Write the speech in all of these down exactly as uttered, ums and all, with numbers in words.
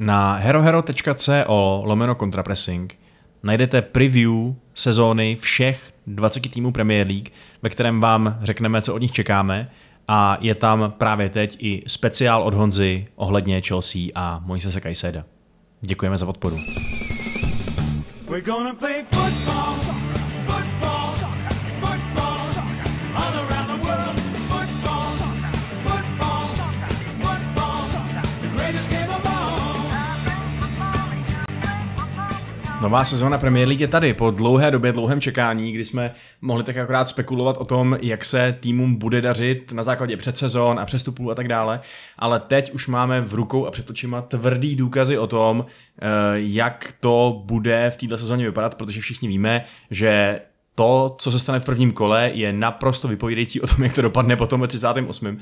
Na herohero tečka co lomeno kontrapressing najdete preview sezóny všech dvacet týmů Premier League, ve kterém vám řekneme, co od nich čekáme, a je tam právě teď i speciál od Honzy ohledně Chelsea a Moisese Caicedo. Děkujeme za podporu. We're gonna play football, football, football, all around the world. Football, football, football, the greatest game of all. Nová sezóna Premier League je tady po dlouhé době, dlouhém čekání, kdy jsme mohli tak akorát spekulovat o tom, jak se týmům bude dařit na základě předsezon a přestupů a tak dále, ale teď už máme v rukou a před očima tvrdý důkazy o tom, jak to bude v této sezóně vypadat, protože všichni víme, že to, co se stane v prvním kole, je naprosto vypovídající o tom, jak to dopadne potom ve třicátém osmém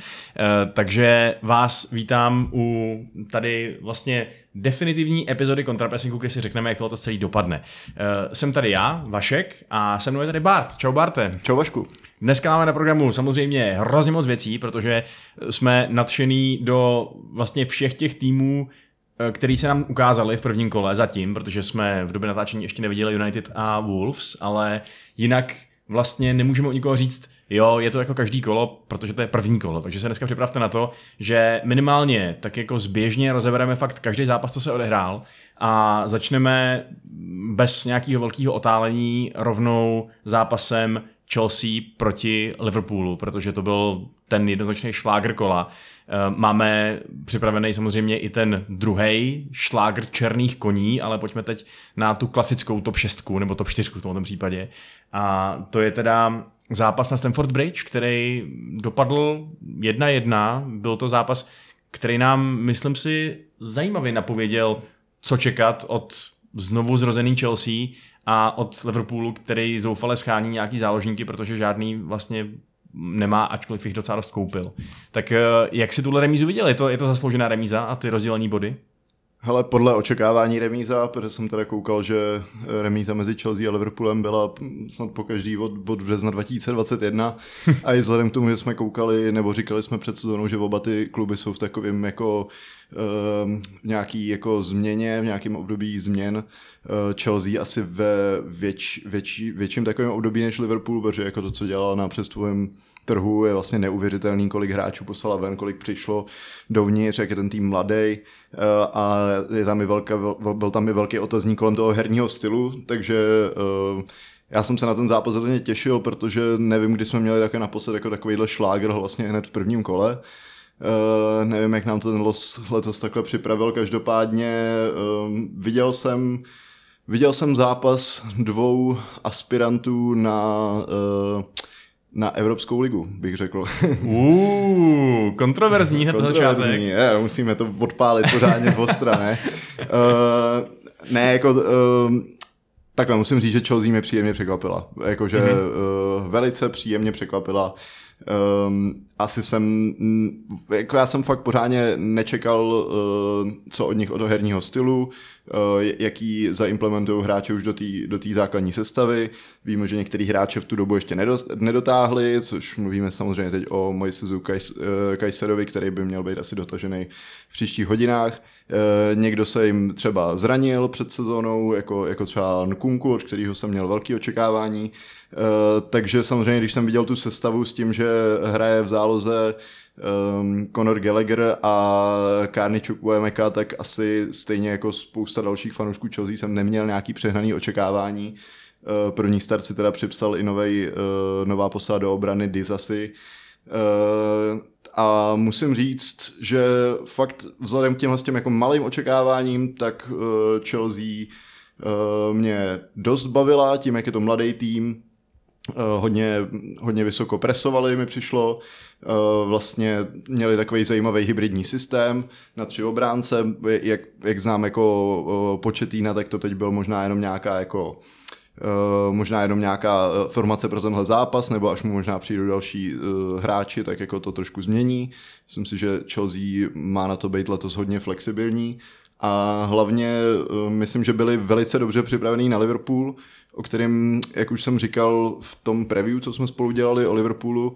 Takže vás vítám u tady vlastně definitivní epizody Kontrapressingu, kde si řekneme, jak tohle celý dopadne. Jsem tady já, Vašek, a se mnou je tady Bart. Čau Barte. Čau Vašku. Dneska máme na programu samozřejmě hrozně moc věcí, protože jsme nadšený do vlastně všech těch týmů, který se nám ukázali v prvním kole zatím, protože jsme v době natáčení ještě neviděli United a Wolves, ale jinak vlastně nemůžeme od nikoho říct, jo, je to jako každý kolo, protože to je první kolo, takže se dneska připravte na to, že minimálně tak jako zběžně rozebereme fakt každý zápas, co se odehrál, a začneme bez nějakého velkého otálení rovnou zápasem Chelsea proti Liverpoolu, protože to byl ten jednoznačný šlágr kola. Máme připravený samozřejmě i ten druhý šlágr černých koní, ale pojďme teď na tu klasickou top šest nebo top čtyři v tomto případě. A to je teda zápas na Stamford Bridge, který dopadl jedna jedna. Byl to zápas, který nám, myslím si, zajímavě napověděl, co čekat od znovu zrozený Chelsea a od Liverpoolu, který zoufale schání nějaký záložníky, protože žádný vlastně nemá, ačkoliv jich docela dost koupil. Tak jak si tuhle remízu viděl? Je to, je to zasloužená remíza a ty rozdělení body? Hele, podle očekávání remíza, protože jsem teda koukal, že remíza mezi Chelsea a Liverpoolem byla snad po každý od, od března dva tisíce dvacet jedna a i vzhledem k tomu, že jsme koukali, nebo říkali jsme před sezónou, že oba ty kluby jsou v takovém jako uh, nějaký jako změně, v nějakém období změn. Uh, Chelsea asi ve věč, větší, větším takovém období než Liverpool, protože jako to, co dělal na přestupovém trhu, je vlastně neuvěřitelný, kolik hráčů poslala ven, kolik přišlo dovnitř, jak je ten tým mladý, a je tam i velká, byl tam i velký otazník kolem toho herního stylu, takže já jsem se na ten zápas hodně těšil, protože nevím, kdy jsme měli také naposled jako takovýhle šlágr vlastně hned v prvním kole. Uh, nevím, jak nám to ten los letos takhle připravil, každopádně uh, viděl jsem viděl jsem zápas dvou aspirantů na uh, na Evropskou ligu, bych řekl. Uuu, kontroverzní na to začátek. Je, musíme to odpálit pořádně z ostra, ne? Uh, ne, jako... Uh, takhle, musím říct, že Chelsea mě příjemně překvapila. Jakože mm-hmm. uh, velice příjemně překvapila. Um, asi jsem, jako já jsem fakt pořádně nečekal, uh, co od nich od toho herního stylu, uh, jaký zaimplementují hráče už do té do té základní sestavy. Víme, že některý hráče v tu dobu ještě nedotáhli, což mluvíme samozřejmě teď o Moisesu Caicedovi, který by měl být asi dotažený v příštích hodinách. Uh, někdo se jim třeba zranil před sezónou, jako, jako třeba Nkunku, od kterého jsem měl velké očekávání. Uh, takže samozřejmě, když jsem viděl tu sestavu s tím, že hraje v záloze um, Conor Gallagher a Carney Chukwuemeka, tak asi stejně jako spousta dalších fanoušků Chelsea jsem neměl nějaký přehnaný očekávání. Uh, první start si teda připsal i novej, uh, nová posada do obrany Disasi. Uh, a musím říct, že fakt vzhledem k těmhle s těm jako malým očekáváním, tak uh, Chelsea uh, mě dost bavila tím, jak je to mladý tým. Uh, hodně, hodně vysoko presovali, mi přišlo. Uh, vlastně měli takový zajímavý hybridní systém na tři obránce. Jak, jak znám jako uh, Početína, tak to teď byl možná jenom nějaká jako Uh, možná jenom nějaká formace pro tenhle zápas, nebo až mu možná přijdou další uh, hráči, tak jako to trošku změní. Myslím si, že Chelsea má na to být letos hodně flexibilní a hlavně uh, myslím, že byli velice dobře připravení na Liverpool, o kterém, jak už jsem říkal v tom preview, co jsme spolu dělali o Liverpoolu,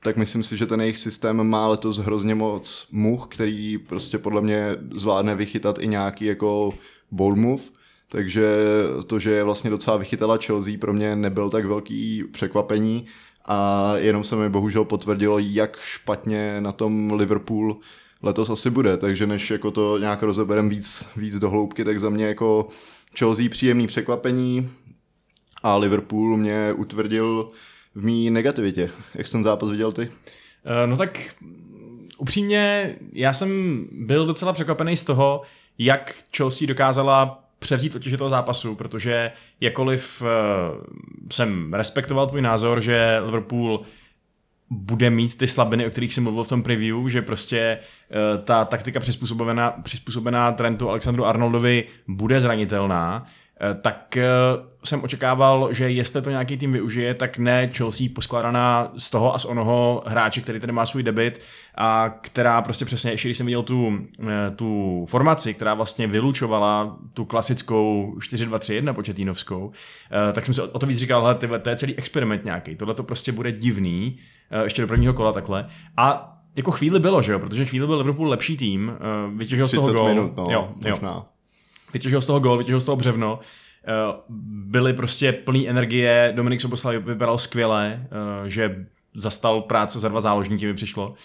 tak myslím si, že ten jejich systém má letos hrozně moc much, který prostě podle mě zvládne vychytat i nějaký jako ball move, takže to, že je vlastně docela vychytala Chelsea, pro mě nebyl tak velký překvapení a jenom se mi bohužel potvrdilo, jak špatně na tom Liverpool letos asi bude, takže než jako to nějak rozeberem víc, víc do hloubky, tak za mě jako Chelsea příjemný překvapení a Liverpool mě utvrdil v mý negativitě. Jak jsi ten zápas viděl ty? No tak upřímně, já jsem byl docela překvapený z toho, jak Chelsea dokázala převzít otěže toho zápasu, protože jakkoliv uh, jsem respektoval tvůj názor, že Liverpool bude mít ty slabiny, o kterých jsem mluvil v tom preview, že prostě uh, ta taktika přizpůsobená, přizpůsobená Trentu Alexandru Arnoldovi bude zranitelná, uh, tak uh, jsem očekával, že jestli to nějaký tým využije, tak ne Chelsea poskládaná z toho a z onoho hráče, který tady má svůj debut a která prostě přesně, ještě když jsem viděl tu, tu formaci, která vlastně vylučovala tu klasickou čtyři dva tři jedna početínovskou, tak jsem si o to víc říkal, hele, tyhle, to je celý experiment nějaký, tohle to prostě bude divný, ještě do prvního kola takhle. A jako chvíli bylo, že jo, protože chvíli byl Liverpool lepší tým, vytěžil z toho gól. minut, no, jo, možná. Jo. Vytěžil z toho gól, vytěžil z toho břevno. Byli prostě plný energie, Dominik Soboslaj vypadal skvěle, že zastal práce za dva záložníky, mi přišlo.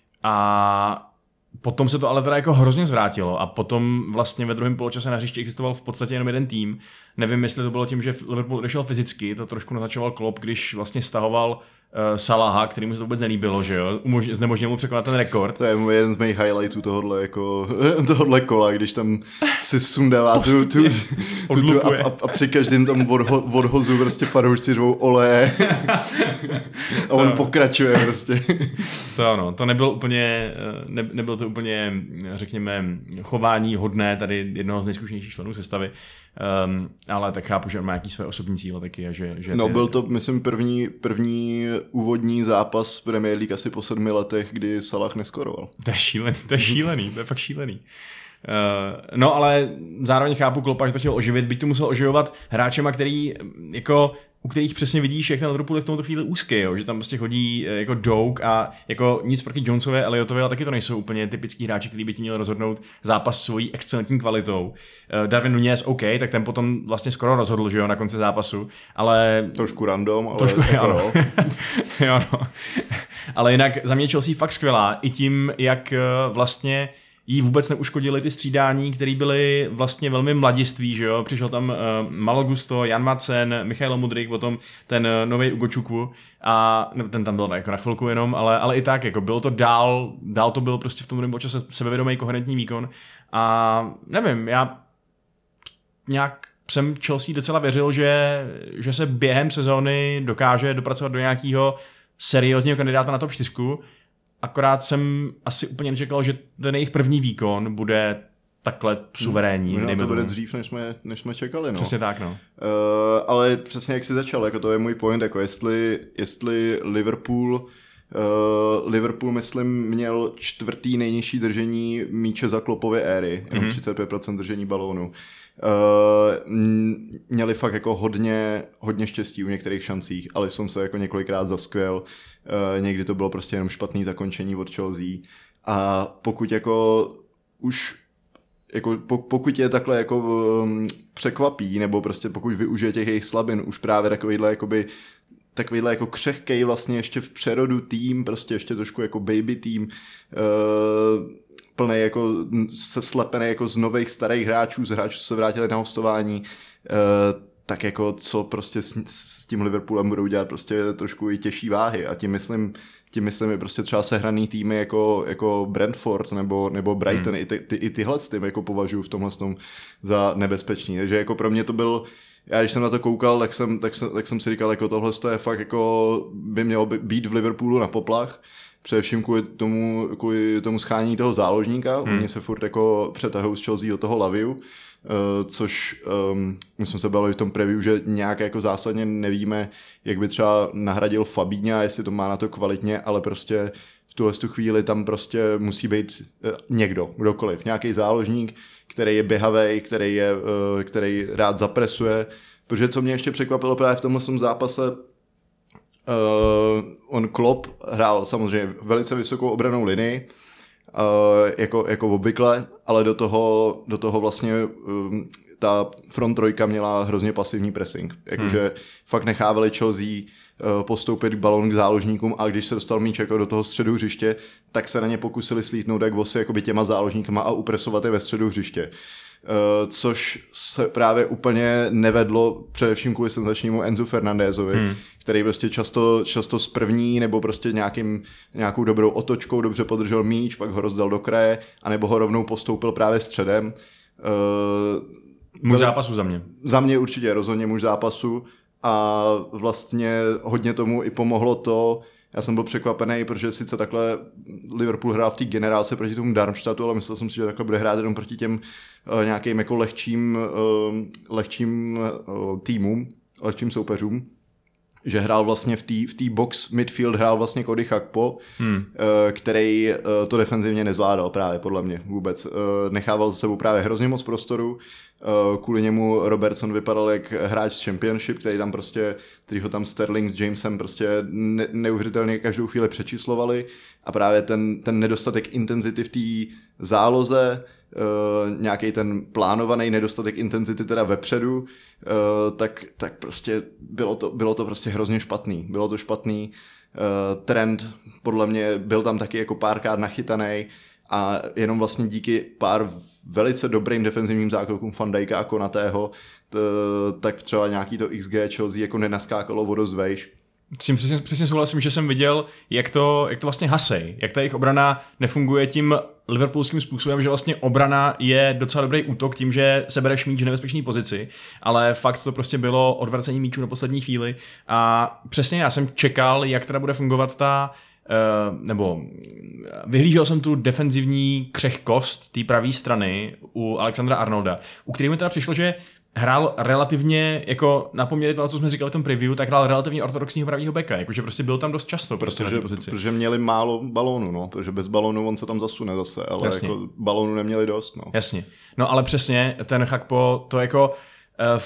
A potom se to ale teda jako hrozně zvrátilo a potom vlastně ve druhém poločase na hřišti existoval v podstatě jenom jeden tým. Nevím, jestli to bylo tím, že Liverpool odešel fyzicky, to trošku naznačoval Klopp, když vlastně stahoval uh, Salaha, kterýmu se to vůbec nelíbilo, že jo, Umož- znemožnil mu překonat ten rekord. To je jeden z mých highlightů tohohle, jako, tohohle kola, když tam si sundává tu, tu, tu, tu a, a, a při každém tam odho, odhozu prostě fanoušci řvou olé a on to pokračuje prostě. To ano, to nebylo úplně, ne, nebylo to úplně, řekněme, chování hodné tady jednoho z nejzkušenějších členů sestavy, um, ale tak chápu, že on má nějaký své osobní cíle taky. A že, že no ty... byl to, myslím, první, první úvodní zápas Premier League asi po sedmi letech, kdy Salah neskoroval. To je šílený, to je šílený, to je fakt šílený. Uh, no ale zároveň chápu Kloppa, že to chtěl oživit, byť to musel oživovat hráčema, který jako u kterých přesně vidíš, jak ten Liverpool je v tomto chvíli úzký, jo? Že tam prostě chodí jako Doak a jako nic proti Jonesovi, Elliotovi, ale taky to nejsou úplně typický hráči, který by ti měl rozhodnout zápas svojí excelentní kvalitou. Darwin Nunez, OK, tak ten potom vlastně skoro rozhodl, že jo, na konci zápasu, ale... Trošku random, ale... Trošku, jako ano. Jo, no. Ale jinak za mě Chelsea fakt skvělá, i tím, jak vlastně jí vůbec neuškodili ty střídání, které byly vlastně velmi mladiství, že jo, přišel tam uh, Malo Gusto, Jan Madsen, Michailo Mudryk, potom ten uh, novej Ugo Čukwu a no, ten tam byl jako na chvilku jenom, ale, ale i tak, jako bylo to dál, dál to byl prostě v tom druhém čase sebevědomý, koherentní výkon a nevím, já nějak jsem Chelsea docela věřil, že, že se během sezóny dokáže dopracovat do nějakého seriózního kandidáta na top čtyři. Akorát jsem asi úplně nečekal, že ten jejich první výkon bude takhle suverénní. Možná to bude dřív, než jsme, než jsme čekali. No. Přesně tak, no. Uh, ale přesně jak jsi začal, jako to je můj point, jako jestli, jestli Liverpool, uh, Liverpool, myslím, měl čtvrtý nejnižší držení míče za Kloppovy éry, jenom mm-hmm. třicet pět procent držení balónu. Uh, měli fakt jako hodně, hodně štěstí u některých šancích, ale jsem se jako několikrát zaskvěl, uh, někdy to bylo prostě jenom špatný zakončení od Chelsea a pokud jako už jako pokud je takhle jako um, překvapí, nebo prostě pokud využije těch jejich slabin, už právě takovýhle jakoby takovýhle jako křehkej vlastně ještě v přerodu tým, prostě ještě trošku jako baby tým, uh, plný jako se slepený jako z nových starých hráčů, z hráčů, co se vrátili na hostování, uh, tak jako co prostě s, s tím Liverpoolem budou dělat prostě trošku i těžší váhy a tím myslím, tím myslím je prostě třeba sehraný týmy jako, jako Brentford nebo, nebo Brighton, hmm. i, ty, ty, i tyhle tým jako považuji v tomhle tom za nebezpečný, takže jako pro mě to byl, já když jsem na to koukal, tak jsem, tak jsem, tak jsem si říkal, jako tohle je fakt jako by mělo být v Liverpoolu na poplach, především kvůli tomu, kvůli tomu schání toho záložníka, hmm. oni se furt jako přetahují z Chelsea do toho Laviu, uh, což um, my jsme se bavili v tom preview, že nějak jako zásadně nevíme, jak by třeba nahradil Fabinha, jestli to má na to kvalitně, ale prostě v tuhle tu chvíli tam prostě musí být uh, někdo, kdokoliv, nějaký záložník, který je běhavej, který, je, uh, který rád zapresuje, protože co mě ještě překvapilo právě v tomhle zápase, on Klopp hrál samozřejmě velice vysokou obrannou linii, uh, jako, jako obvykle, ale do toho, do toho vlastně um, ta front trojka měla hrozně pasivní pressing. Jakože hmm. fakt nechávali Chelsea uh, postoupit balón k záložníkům a když se dostal míč jako do toho středu hřiště, tak se na ně pokusili slítnout jak vosy jakoby těma záložníkama a upresovat je ve středu hřiště. Uh, což se právě úplně nevedlo především kvůli senzačnímu Enzu Fernandézovi, hmm. který prostě často, často z první nebo prostě nějakým, nějakou dobrou otočkou dobře podržel míč, pak ho rozdal do kraje, anebo ho rovnou postoupil právě středem. Uh, muž zápasu za mě. Za mě určitě rozhodně muž zápasu a vlastně hodně tomu i pomohlo to, já jsem byl překvapený, protože sice takhle Liverpool hrál v té generálce proti tomu Darmstadtu, ale myslel jsem si, že takhle bude hrát jenom proti těm uh, nějakým jako lehčím, uh, lehčím uh, týmům, lehčím soupeřům, že hrál vlastně v té v té box midfield hrál vlastně Cody Gakpo, hmm. uh, který uh, to defenzivně nezvládal právě podle mě vůbec. Uh, nechával za sebou právě hrozně moc prostoru, Uh, kvůli němu Robertson vypadal jak hráč z Championship, který tam prostě, který ho tam Sterling s Jamesem prostě ne, neuvěřitelně každou chvíli přečíslovali a právě ten, ten nedostatek intenzity v té záloze, uh, nějaký ten plánovaný nedostatek intenzity teda vepředu, uh, tak, tak prostě bylo to, bylo to prostě hrozně špatný. Bylo to špatný. Uh, trend podle mě byl tam taky jako párkrát nachytaný, a jenom vlastně díky pár velice dobrým defenzivním zákrokům Van Dijka a Konatého, t, tak třeba nějaký to X G Chelsea jako nenaskákalo o dost vejš. S tím přesně, přesně souhlasím, že jsem viděl, jak to, jak to vlastně hasej, jak ta jejich obrana nefunguje tím liverpoolským způsobem, že vlastně obrana je docela dobrý útok tím, že sebereš míč v nebezpečné pozici, ale fakt to prostě bylo odvracení míčů na poslední chvíli a přesně já jsem čekal, jak teda bude fungovat ta Uh, nebo vyhlížel jsem tu defenzivní křehkost té pravé strany u Alexandra Arnolda, u kterého mi teda přišlo, že hrál relativně, jako na poměry toho, co jsme říkali v tom preview, tak hrál relativně ortodoxního pravýho beka, jakože prostě byl tam dost často prostě protože, na té pozici. Protože měli málo balónu, no, protože bez balónu on se tam zasune zase, ale Jasně. jako balónu neměli dost, no. Jasně. No ale přesně, ten Gakpo, to jako uh,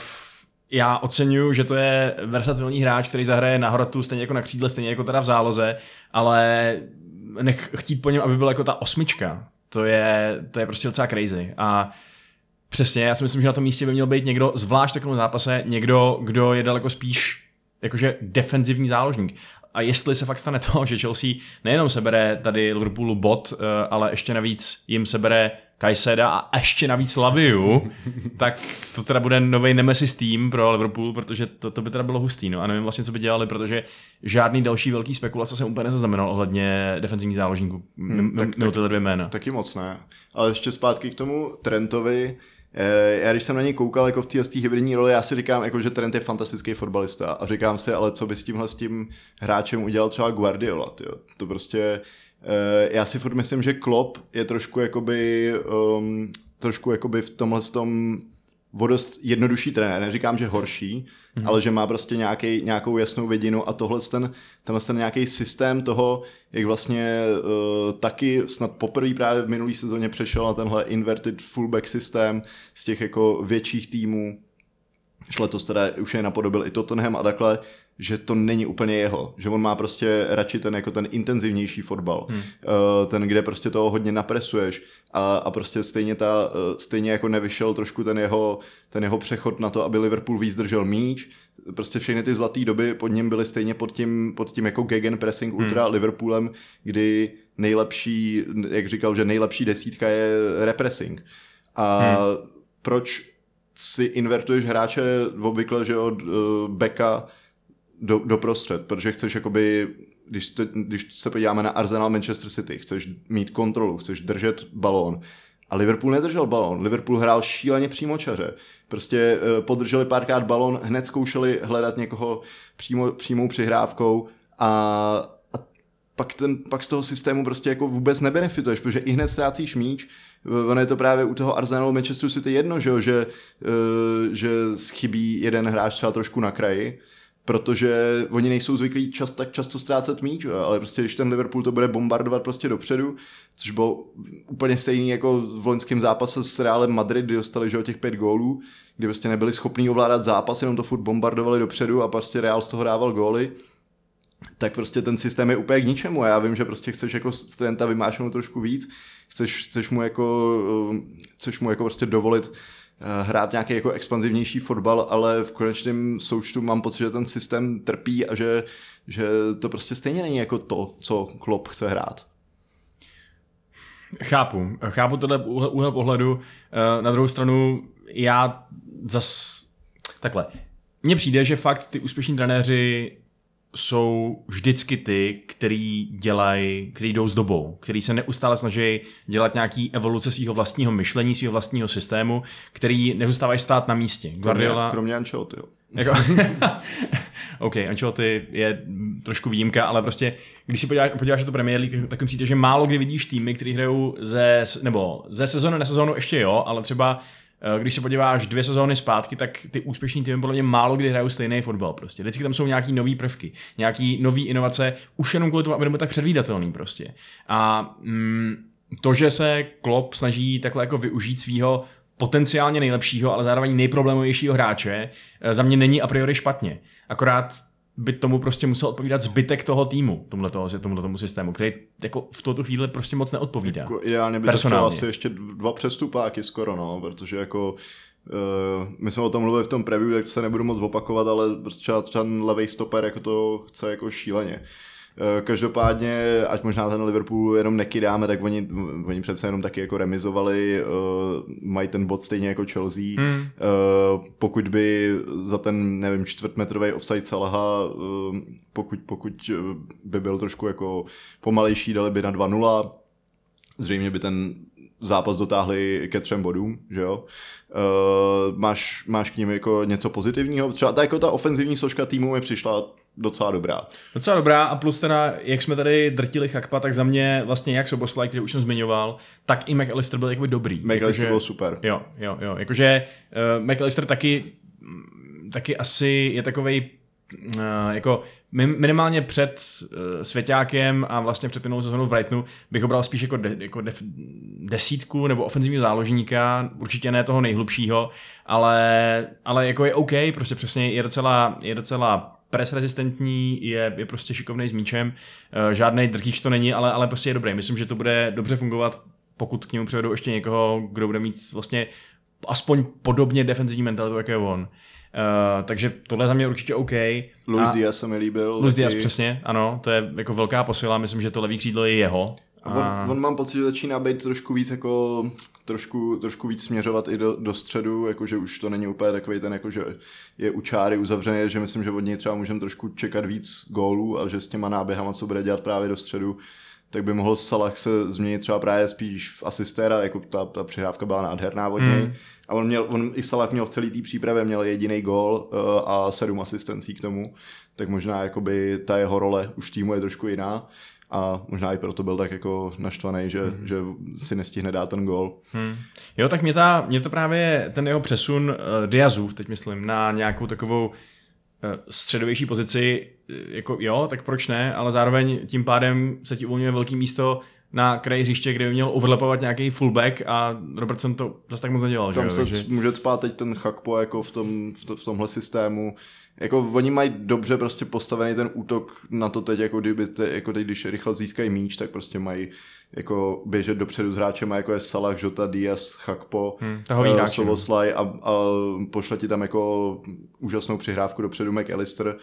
já oceňuju, že to je versatilní hráč, který zahraje na hrotu, stejně jako na křídle, stejně jako teda v záloze, ale nech chtít po něm, aby byla jako ta osmička, to je, to je prostě docela crazy. A přesně, já si myslím, že na tom místě by měl být někdo, zvlášť v takovém zápase, někdo, kdo je daleko spíš jakože defenzivní záložník. A jestli se fakt stane to, že Chelsea nejenom sebere tady Liverpoolu bod, ale ještě navíc jim sebere Kaiseda a ještě navíc Laviu, tak to teda bude nový nemesis tým pro Liverpool, protože to, to by teda bylo hustý. No a nevím vlastně, co by dělali, protože žádný další velký spekulace jsem úplně nezaznamenal ohledně defenzivních záložníků. Hmm, tak, mimo tyhle dvě jména. Taky moc ne. Ale ještě zpátky k tomu Trentovi. Já když jsem na něj koukal jako v té hybridní roli, já si říkám, jako, že Trent je fantastický fotbalista a říkám si, ale co by s tímhle s tím hráčem udělal třeba Guardiola, tyjo. To prostě, já si furt myslím, že Klopp je trošku jakoby, um, trošku jakoby v tomhle tom vodost jednodušší trenér, neříkám, že horší, mm-hmm. ale že má prostě nějaký, nějakou jasnou vidinu a tohle ten, tenhle ten nějaký systém toho, jak vlastně uh, taky snad poprvé právě v minulý sezóně přešel na tenhle inverted fullback systém z těch jako větších týmů. Letos teda už je napodobil i Tottenham a takhle, že to není úplně jeho, že on má prostě radši ten jako ten intenzivnější fotbal, hmm. ten, kde prostě toho hodně napresuješ a, a prostě stejně, ta, stejně jako nevyšel trošku ten jeho, ten jeho přechod na to, aby Liverpool víc držel míč, prostě všechny ty zlaté doby pod ním byly stejně pod tím, pod tím jako gegenpressing ultra hmm. Liverpoolem, kdy nejlepší, jak říkal, že nejlepší desítka je repressing. A hmm. proč si invertuješ hráče obvykle, že od uh, backa do, do prostřed, protože chceš jakoby, když, to, když se podíváme na Arsenal Manchester City, chceš mít kontrolu, chceš držet balón. A Liverpool nedržel balón. Liverpool hrál šíleně přímočaře. Prostě uh, podrželi párkrát balón, hned zkoušeli hledat někoho přímo, přímou přihrávkou a, a pak, ten, pak z toho systému prostě jako vůbec nebenefituješ, protože i hned ztrácíš míč. Ono je to právě u toho Arsenalu Manchesteru City jedno, že, že, že chybí jeden hráč třeba trošku na kraji, protože oni nejsou zvyklí čas, tak často ztrácet míč, ale prostě když ten Liverpool to bude bombardovat prostě dopředu, což bylo úplně stejný jako v loňském zápase s Realem Madrid, kdy dostali že, těch pět gólů, kdy prostě nebyli schopní ovládat zápas, jenom to furt bombardovali dopředu a prostě Real z toho dával góly. tak prostě ten systém je úplně k ničemu a já vím, že prostě chceš jako z Trenta vymášnout trošku víc, chceš, chceš mu jako, chceš mu jako prostě dovolit hrát nějaký jako expanzivnější fotbal, ale v konečném součtu mám pocit, že ten systém trpí a že, že to prostě stejně není jako to, co Klopp chce hrát. Chápu, chápu tohle úhel pohledu. Na druhou stranu já zas takhle. Mně přijde, že fakt ty úspěšní trenéři jsou vždycky ty, který dělají, který jdou s dobou, který se neustále snaží dělat nějaký evoluce svého vlastního myšlení, svého vlastního systému, který nezůstávají stát na místě. Guardiola... Kromě, kromě Ancelotti, jo. Jako... OK, Ancelotti je trošku výjimka, ale prostě, když si podíváš, podíváš na to Premier League, tak mi přijde, že málo kdy vidíš týmy, který hrajou ze, nebo ze sezóny na sezónu ještě jo, ale třeba když se podíváš dvě sezóny zpátky, tak ty úspěšní týmy podle mě málo kdy hrajou stejný fotbal prostě. Vždycky tam jsou nějaký nový prvky, nějaký nový inovace, už jenom kvůli tomu, aby nebyl tak předvídatelný prostě. A mm, to, že se Klopp snaží takhle jako využít svýho potenciálně nejlepšího, ale zároveň nejproblémovějšího hráče, za mě není a priori špatně. Akorát by tomu prostě musel odpovídat zbytek toho týmu, tomuto tomu systému, který jako v tuto chvíli prostě moc neodpovídá. Jako ideálně by to chtělo asi ještě dva přestupáky skoro, no, protože jako uh, my jsme o tom mluvili v tom preview, tak se nebudu moc opakovat, ale prostě třeba ten levej stoper jako to chce jako šíleně. Každopádně, ať možná ten Liverpool jenom nekydáme, tak oni, oni přece jenom taky jako remizovali, uh, mají ten bod stejně jako Chelsea. Hmm. Uh, pokud by za ten, nevím, čtvrtmetrový offside Salaha, uh, pokud, pokud by byl trošku jako pomalejší, dali by na dva nula, zřejmě by ten zápas dotáhli ke třem bodům, že jo. Uh, máš, máš k nim jako něco pozitivního? Třeba ta, jako ta ofenzivní složka týmu mi přišla docela dobrá. Docela dobrá a plus teda, jak jsme tady drtili Chakpa, tak za mě vlastně jak Soboslaj, který už jsem zmiňoval, tak i McAllister byl jakoby dobrý. McAllister byl super. Jo, jo, jo. Jakože uh, McAllister taky, taky asi je takovej uh, jako minimálně před uh, Svěťákem a vlastně před minulou sezónou v Brightonu bych ho bral spíš jako, de, jako def, desítku nebo ofenzivního záložníka, určitě ne toho nejhlubšího, ale, ale jako je OK, prostě přesně je docela, je docela presrezistentní, je, je prostě šikovnej s míčem, uh, žádnej drtič to není, ale, ale prostě je dobrý. Myslím, že to bude dobře fungovat, pokud k němu přivedou ještě někoho, kdo bude mít vlastně aspoň podobně defenzivní mentalitu, jako je on. Uh, takže tohle za mě určitě OK. Luis a... Diaz se mi líbil. Luis Diaz, přesně, ano, to je jako velká posila, myslím, že to levý křídlo je jeho. A on, on mám pocit, že začíná být trošku víc jako trošku, trošku víc směřovat i do, do středu, jakože už to není úplně takový ten, jakože je u čáry uzavřený, že myslím, že od něj třeba můžeme trošku čekat víc gólů a že s těma náběhama, co bude dělat právě do středu, tak by mohl Salah se změnit třeba právě spíš v asistéra, jako ta, ta přihrávka byla nádherná od něj. Mm. A on měl, on i Salah měl v celé té přípravě měl jediný gól uh, a sedm asistencí k tomu, tak možná jakoby ta jeho role už týmu je trošku jiná. A možná i proto byl tak jako naštvaný, že, hmm. že si nestihne dát ten gól. Hmm. Jo, tak mě, ta, mě to právě ten jeho přesun uh, Diazův, teď myslím, na nějakou takovou uh, středovější pozici, jako jo, tak proč ne, ale zároveň tím pádem se ti uvolňuje velký místo na kraji hřiště, kde by měl overlapovat nějaký fullback a Robertson to zase tak moc nedělal. Tam že se takže... může spát teď ten Chakpo jako v, tom, v, to, v tomhle systému. Jako oni mají dobře prostě postavený ten útok na to teď, jako, kdyby te, jako teď, když rychle získají míč, tak prostě mají jako běžet dopředu s hráčem, jako je Salah, Jota, Diaz, Chakpo, hmm, uh, Soboslaj a, a pošle ti tam jako úžasnou přihrávku dopředu McAllister,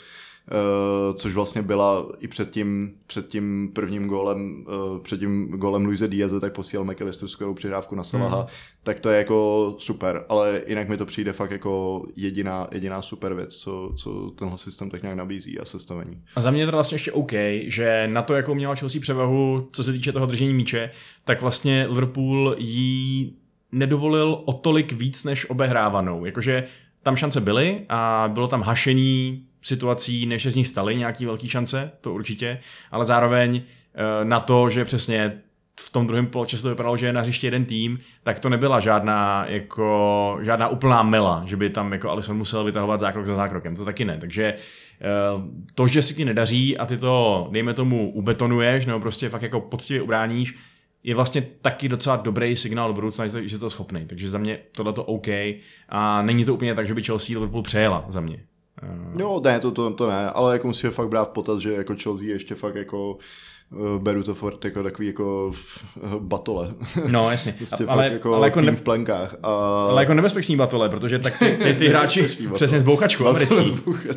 Uh, což vlastně byla i před tím, před tím prvním gólem, uh, před tím gólem Luise Diaze, tak posílal McAllister skvělou přihrávku na Salaha, hmm. tak to je jako super, ale jinak mi to přijde fakt jako jediná, jediná super věc, co, co tenhle systém tak nějak nabízí a sestavení. A za mě je to vlastně ještě OK, že na to, jakou měla Chelsea převahu, co se týče toho držení míče, tak vlastně Liverpool jí nedovolil o tolik víc než obehrávanou, jakože tam šance byly a bylo tam hašení situací, než se z nich staly nějaký velký šance, to určitě, ale zároveň na to, že přesně v tom druhém poločasu to vypadalo, že je na hřišti jeden tým, tak to nebyla žádná jako žádná úplná mela, že by tam jako Alisson musel vytahovat zákrok za zákrokem, to taky ne, takže to, že si ti nedaří a ty to, dejme tomu, ubetonuješ, nebo prostě fakt jako poctivě ubráníš, je vlastně taky docela dobrý signál do budoucna, že je to schopný, takže za mě tohleto OK a není to úplně tak, že by Chelsea Liverpool přejela za mě. Jo, ne, to, to, to ne, ale jako musíme fakt brát v potaz, že jako Chelsea ještě fakt jako uh, beru to fakt jako takový jako uh, batole. No, jasně. Prostě ale, fakt jako ale jako tým ne... v plenkách. A... Ale jako nebezpečný batole, protože tak ty, ty, ty hráči přesně s bouchačkou americký.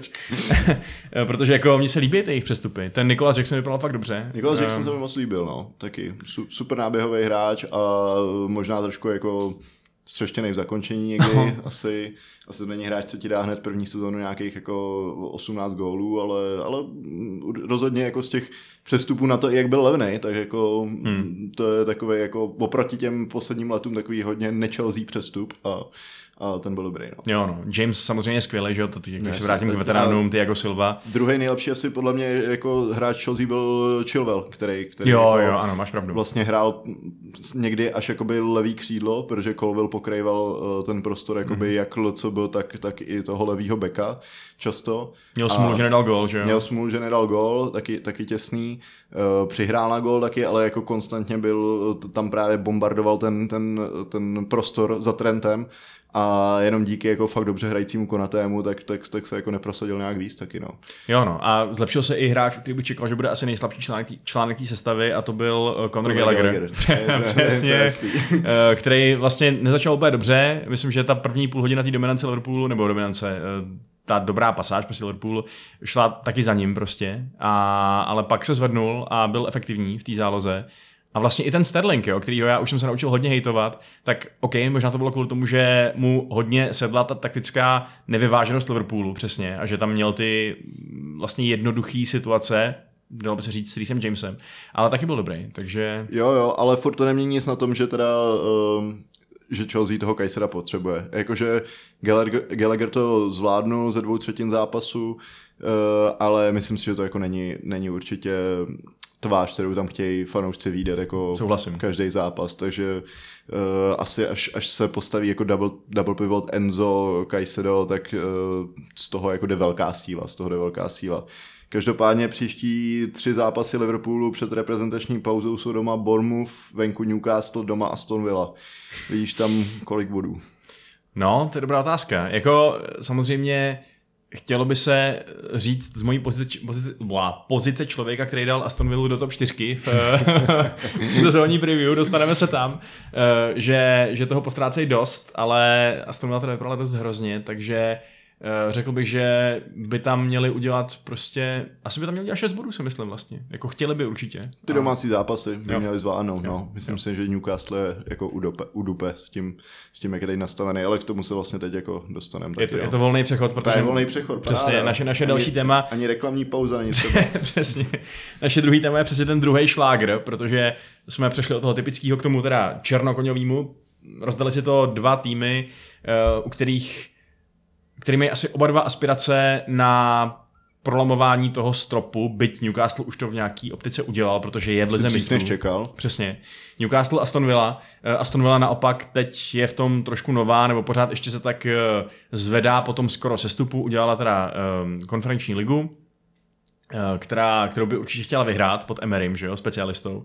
Protože jako mně se líbí ty jejich přestupy. Ten Nicholas Jackson vypadal fakt dobře. Nicholas um... Jackson to mi moc líbil, no. Taky super náběhový hráč a možná trošku jako střeštěnej v zakončení někdy, no. asi, asi to není hráč, co ti dá hned první sezónu nějakých jako osmnáct gólů, ale, ale rozhodně jako z těch přestupů na to, jak byl levnej, tak jako hmm. to je takový jako oproti těm posledním letům takový hodně nečelzí přestup a a ten byl dobrý. No. Jo, no. James samozřejmě je skvělý, že jo, to ty, když se vrátím k veteránům, Thiago Silva. Druhý nejlepší asi podle mě jako hráč Chelsea byl Chilwell, který, který jo, jako jo, ano, máš pravdu. Vlastně hrál někdy až jakoby levý křídlo, protože Colville pokrýval ten prostor jakoby mm. jak L C B, tak, tak i toho levýho beka často. Měl smůlu, že nedal gól, že jo? Měl smůlu, že nedal gól, taky, taky těsný. Uh, přihrál na gól taky, ale jako konstantně byl, tam právě bombardoval ten, ten, ten prostor za Trentem. A jenom díky jako fakt dobře hrajícímu Konatému, tak, tak, tak se jako neprosadil nějak víc taky, no. Jo, no. A zlepšil se i hráč, který by čekal, že bude asi nejslabší článek té sestavy, a to byl Conor, Conor Gallagher. Gallagher. Přesně. Který vlastně nezačal úplně dobře. Myslím, že ta první půl hodina té dominance Liverpoolu, nebo dominance, ta dobrá pasáž prostě Liverpoolu šla taky za ním prostě. A, ale pak se zvednul a byl efektivní v té záloze. A vlastně i ten Sterling, jo, kterýho já už jsem se naučil hodně hejtovat, tak OK, možná to bylo kvůli tomu, že mu hodně sedla ta taktická nevyváženost Liverpoolu přesně a že tam měl ty vlastně jednoduchý situace, dalo by se říct s Reesem Jamesem, ale taky byl dobrý, takže... Jo, jo, ale furt to nemění nic na tom, že teda... Um... že Chelsea toho Kajsera potřebuje. Jakože Gallagher, Gallagher to zvládnul ze dvou třetin zápasu, uh, ale myslím si, že to jako není, není určitě tvář, kterou tam chtějí fanoušci vidět jako Souhlasím. Každý zápas, takže uh, asi až, až se postaví jako double, double pivot Enzo, Caicedo, tak uh, z toho jako jde velká síla, z toho jde velká síla. Každopádně příští tři zápasy Liverpoolu před reprezentační pauzou jsou doma Bournemouth, venku Newcastle, doma Aston Villa. Vidíš tam kolik bodů? No, to je dobrá otázka. Jako samozřejmě chtělo by se říct z mojí pozice, pozice, pozice člověka, který dal Aston Villa do top čtyřky v, v sezónní preview, dostaneme se tam, že, že toho postrácejí dost, ale Aston Villa teda vypadala dost hrozně, takže řekl bych, že by tam měli udělat prostě, asi by tam měli udělat šest bodů, si myslím vlastně. Jako chtěli by určitě. Ty domácí zápasy by jo. měli zvládnout, no. Jo. Myslím jo. si, že Newcastle je jako udupe, udupe s tím, s tím, jak je teď nastavený, ale k tomu se vlastně teď jako dostaneme. Je to, je to volný přechod, protože... To je volný přechod, přesně, paráda. naše, naše ani, další téma... Ani reklamní pauza, ani třeba. Přesně. Naše druhý téma je přesně ten druhý šlágr, protože jsme přešli od toho typického k tomu teda černokoňovému. Rozdali si to dva týmy, u kterých který mají asi oba dva aspirace na prolamování toho stropu, byť Newcastle už to v nějaký optice udělal, protože je v lize mistrů. Než čekal. Přesně. Newcastle, Aston Villa. Aston Villa naopak teď je v tom trošku nová, nebo pořád ještě se tak zvedá po tom skoro sestupu. Udělala teda um, konferenční ligu, která, kterou by určitě chtěla vyhrát pod Emerym, že jo, specialistou.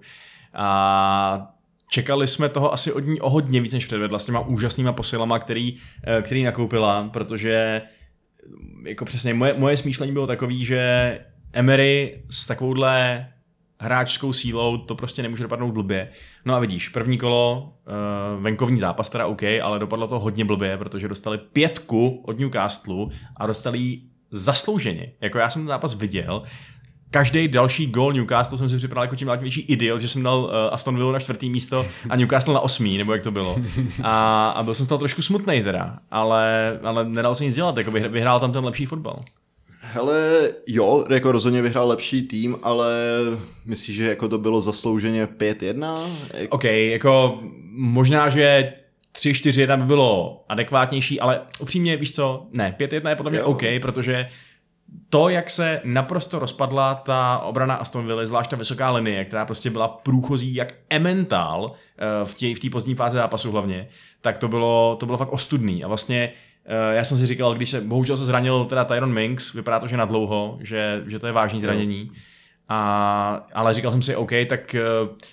A čekali jsme toho asi od ní o hodně víc, než předvedla s těma úžasnýma posilama, který, který nakoupila, protože jako přesně moje, moje smýšlení bylo takový, že Emery s takovouhle hráčskou sílou to prostě nemůže dopadnout blbě. No a vidíš, první kolo, venkovní zápas teda OK, ale dopadlo to hodně blbě, protože dostali pětku od Newcastle a dostali ji zaslouženě. Jako já jsem ten zápas viděl, každý další gól Newcastle jsem si připadal jako tím větší idiot, že jsem dal uh, Aston Villa na čtvrtý místo a Newcastle na osmý, nebo jak to bylo. A, a byl jsem z toho trošku smutnej teda, ale, ale nedal se nic dělat, jako vyhrál tam ten lepší fotbal. Hele, jo, jako rozhodně vyhrál lepší tým, ale myslíš, že jako to bylo zaslouženě pět jedna? Jak... OK, jako možná, že tři čtyři jedna by bylo adekvátnější, ale upřímně, víš co, ne, pět jedna je podle mě jo. OK, protože to, jak se naprosto rozpadla ta obrana Aston Villa, zvlášť ta vysoká linie, která prostě byla průchozí jak ementál v té v té pozdní fázi zápasu hlavně, tak to bylo, to bylo fakt ostudný. A vlastně já jsem si říkal, když se, bohužel se zranil teda Tyrone Mings, vypadá to, že na dlouho, že, že to je vážný zranění, a, ale říkal jsem si, OK, tak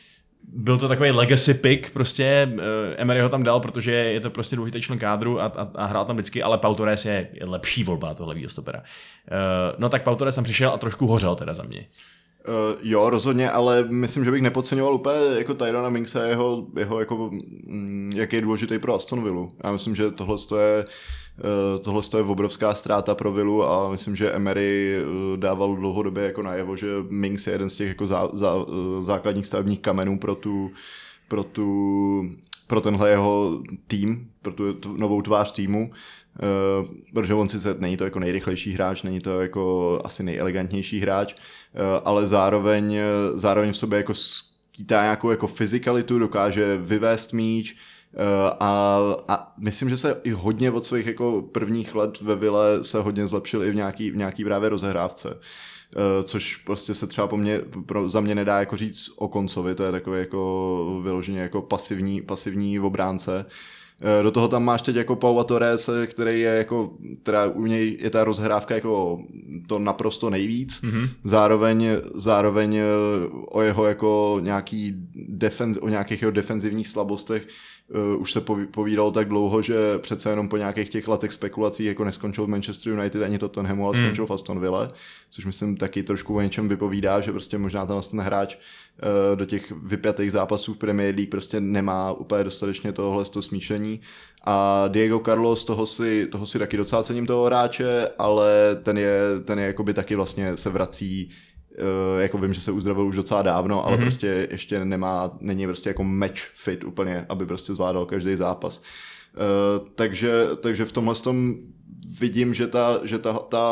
byl to takový legacy pick, prostě uh, Emery ho tam dal, protože je to prostě důležitý člen kádru a, a, a hrál tam vždycky, ale Pau Torres je, je lepší volba toho levýho stopera. Uh, no tak Pau Torres tam přišel a trošku hořel teda za mě. Uh, jo, rozhodně, ale myslím, že bych nepodceňoval úplně jako Tyrona Mingse, jeho, jeho jako, mm, jak je důležitý pro Aston Villu. Já myslím, že tohle je, uh, tohle je obrovská ztráta pro Villu a myslím, že Emery uh, dával dlouhodobě jako najevo, že Mings je jeden z těch jako zá, zá, uh, základních stavebních kamenů pro tu, pro tu, pro tenhle jeho tým, pro tu t- novou tvář týmu. Uh, protože on sice není to jako nejrychlejší hráč, není to jako asi nejelegantnější hráč, uh, ale zároveň, zároveň v sobě jako skýtá nějakou jako fyzikalitu, dokáže vyvést míč uh, a, a myslím, že se i hodně od svých jako prvních let ve Ville se hodně zlepšil i v nějaký, v nějaký právě rozehrávce. Uh, což prostě se třeba po mně, pro, za mě nedá jako říct o Koncovi, to je takový jako vyloženě jako pasivní, pasivní obránce. Do toho tam máš teď jako Paua Torres, který je jako, teda u něj je ta rozhrávka jako to naprosto nejvíc. Mm-hmm. Zároveň, zároveň o jeho jako nějaký defenz, o nějakých jeho defenzivních slabostech uh, už se povídalo tak dlouho, že přece jenom po nějakých těch letech spekulací jako neskončil v Manchester United ani Tottenhamu, ale skončil mm. v Aston Ville, což myslím taky trošku o něčem vypovídá, že prostě možná ten, ten hráč uh, do těch vypjatých zápasů v Premier League prostě nemá úplně dostatečně tohle to smýšlení. A Diego Carlos, toho si, toho si taky docela cením toho hráče, ale ten je, ten je jakoby taky vlastně se vrací, uh, jako vím, že se uzdravil už docela dávno, ale mm-hmm. prostě ještě nemá, není prostě jako match fit úplně, aby prostě zvládal každý zápas. Uh, takže, takže v tomhle tom vidím, že ta, že ta, ta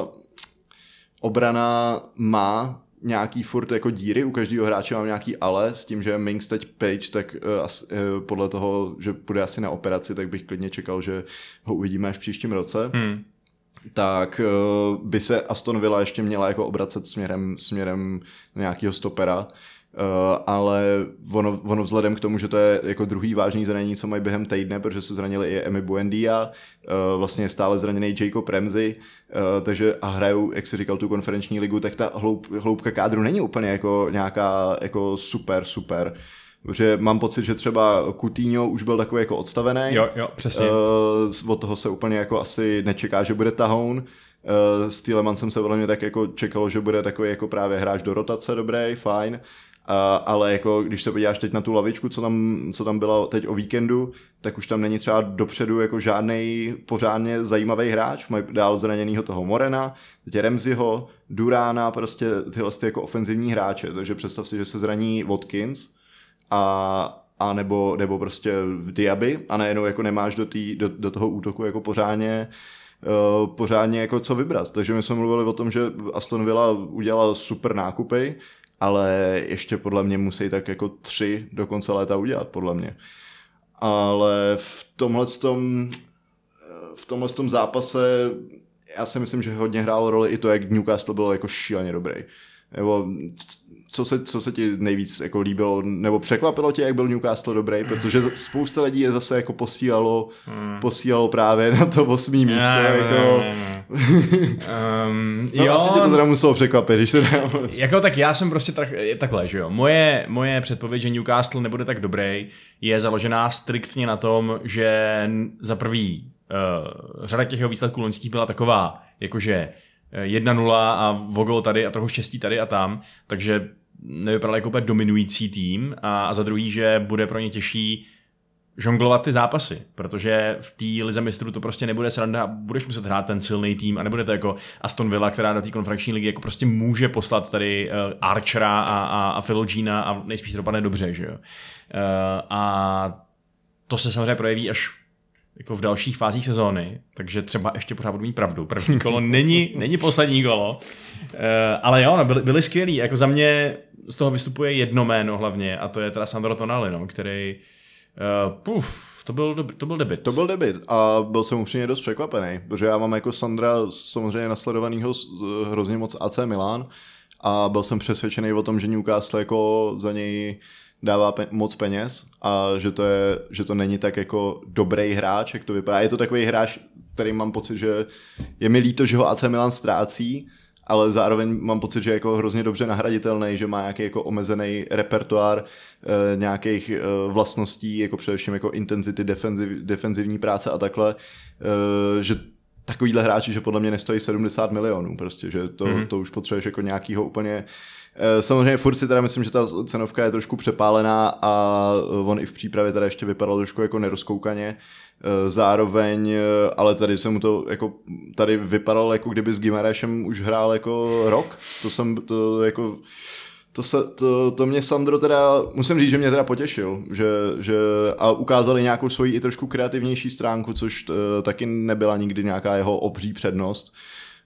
obrana má nějaký furt jako díry, u každého hráče mám nějaký ale, s tím, že Mings teď pryč, tak uh, as, uh, podle toho, že půjde asi na operaci, tak bych klidně čekal, že ho uvidíme až v příštím roce. Hmm. Tak uh, by se Aston Villa ještě měla jako obracet směrem, směrem nějakého stopera. Uh, ale ono, ono vzhledem k tomu, že to je jako druhý vážný zranění, co mají během týdne, protože se zranili i Emi Buendia, uh, vlastně je stále zraněný Jacob Ramsey, uh, takže a hrajou, jak jsi říkal, tu konferenční ligu, tak ta hloub, hloubka kádru není úplně jako nějaká jako super, super. Protože mám pocit, že třeba Coutinho už byl takový jako odstavený. Jo, jo, přesně. Uh, od toho se úplně jako asi nečeká, že bude tahoun. Uh, s Tielemansem se velmi tak jako čekalo, že bude takový jako právě hráč do rotace, dobrý, fajn. Uh, ale jako když se podíváš teď na tu lavičku, co tam, co tam byla teď o víkendu, tak už tam není třeba dopředu jako žádnej pořádně zajímavý hráč. Mají dál zraněnýho toho Morena, teď Ramseyho, Durána, prostě tyhle ty jako ofenzivní hráče. Takže představ si, že se zraní Watkins a, a nebo, nebo prostě v Diaby a najednou jako nemáš do, tý, do, do toho útoku jako pořádně uh, pořádně jako co vybrat. Takže my jsme mluvili o tom, že Aston Villa udělala super nákupy, ale ještě podle mě musí tak jako tři do konce léta udělat, podle mě. Ale v tomhle tom, v tomhle tom zápase já si myslím, že hodně hrálo roli i to, jak Newcastle bylo jako šíleně dobrý. Nebo co se, co se ti nejvíc jako líbilo, nebo překvapilo tě, jak byl Newcastle dobrý, protože spousta lidí je zase jako posílalo, hmm. posílalo právě na to osmý místo. Ne, jako... ne, ne. um, no, jo, asi tě to teda muselo překvapit, když se dá... Jako tak já jsem prostě tak, takhle, že jo. Moje, moje předpověď, že Newcastle nebude tak dobrý, je založená striktně na tom, že za prvý uh, řada těch jeho výsledků loňských byla taková, jakože jedna nula a Vogel tady a trochu štěstí tady a tam, takže nevypadal jako úplně dominující tým a, a za druhý, že bude pro ně těžší žonglovat ty zápasy, protože v té lize mistrů to prostě nebude sranda a budeš muset hrát ten silný tým a nebude to jako Aston Villa, která do té konferenční ligy jako prostě může poslat tady uh, Archera a, a, a Philogena a nejspíš to dopadne dobře, že jo. Uh, a to se samozřejmě projeví až jako v dalších fázích sezóny, takže třeba ještě pořád budu mít pravdu. První kolo není, není poslední kolo, uh, ale jo, no, byli, byli skvělí. Jako za mě z toho vystupuje jedno jméno hlavně a to je teda Sandro Tonali, no, který uh, puf, to byl, to byl debut. To byl debut a byl jsem upřímně dost překvapený, protože já mám jako Sandra samozřejmě nasledovanýho hrozně moc A C Milan a byl jsem přesvědčený o tom, že Newcastle jako za něj dává pe- moc peněz a že to, je, že to není tak jako dobrý hráč, jak to vypadá. Je to takový hráč, který mám pocit, že je mi líto, že ho A C Milan ztrácí, ale zároveň mám pocit, že je jako hrozně dobře nahraditelný, že má nějaký jako omezený repertoár e, nějakých e, vlastností, jako především jako intenzity defenziv, defenzivní práce a takhle, e, že takovýhle hráči, že podle mě nestojí sedmdesát milionů prostě, že to, mm. to už potřebuješ jako nějakýho úplně. Samozřejmě furt si teda myslím, že ta cenovka je trošku přepálená a on i v přípravě teda ještě vypadal trošku jako nerozkoukaně. Zároveň, ale tady se mu to jako, tady vypadal jako kdyby s Gimarešem už hrál jako rok. To jsem, to jako, to, se, to, to mě Sandro teda, musím říct, že mě teda potěšil, že, že a ukázali nějakou svoji i trošku kreativnější stránku, což t, taky nebyla nikdy nějaká jeho obří přednost.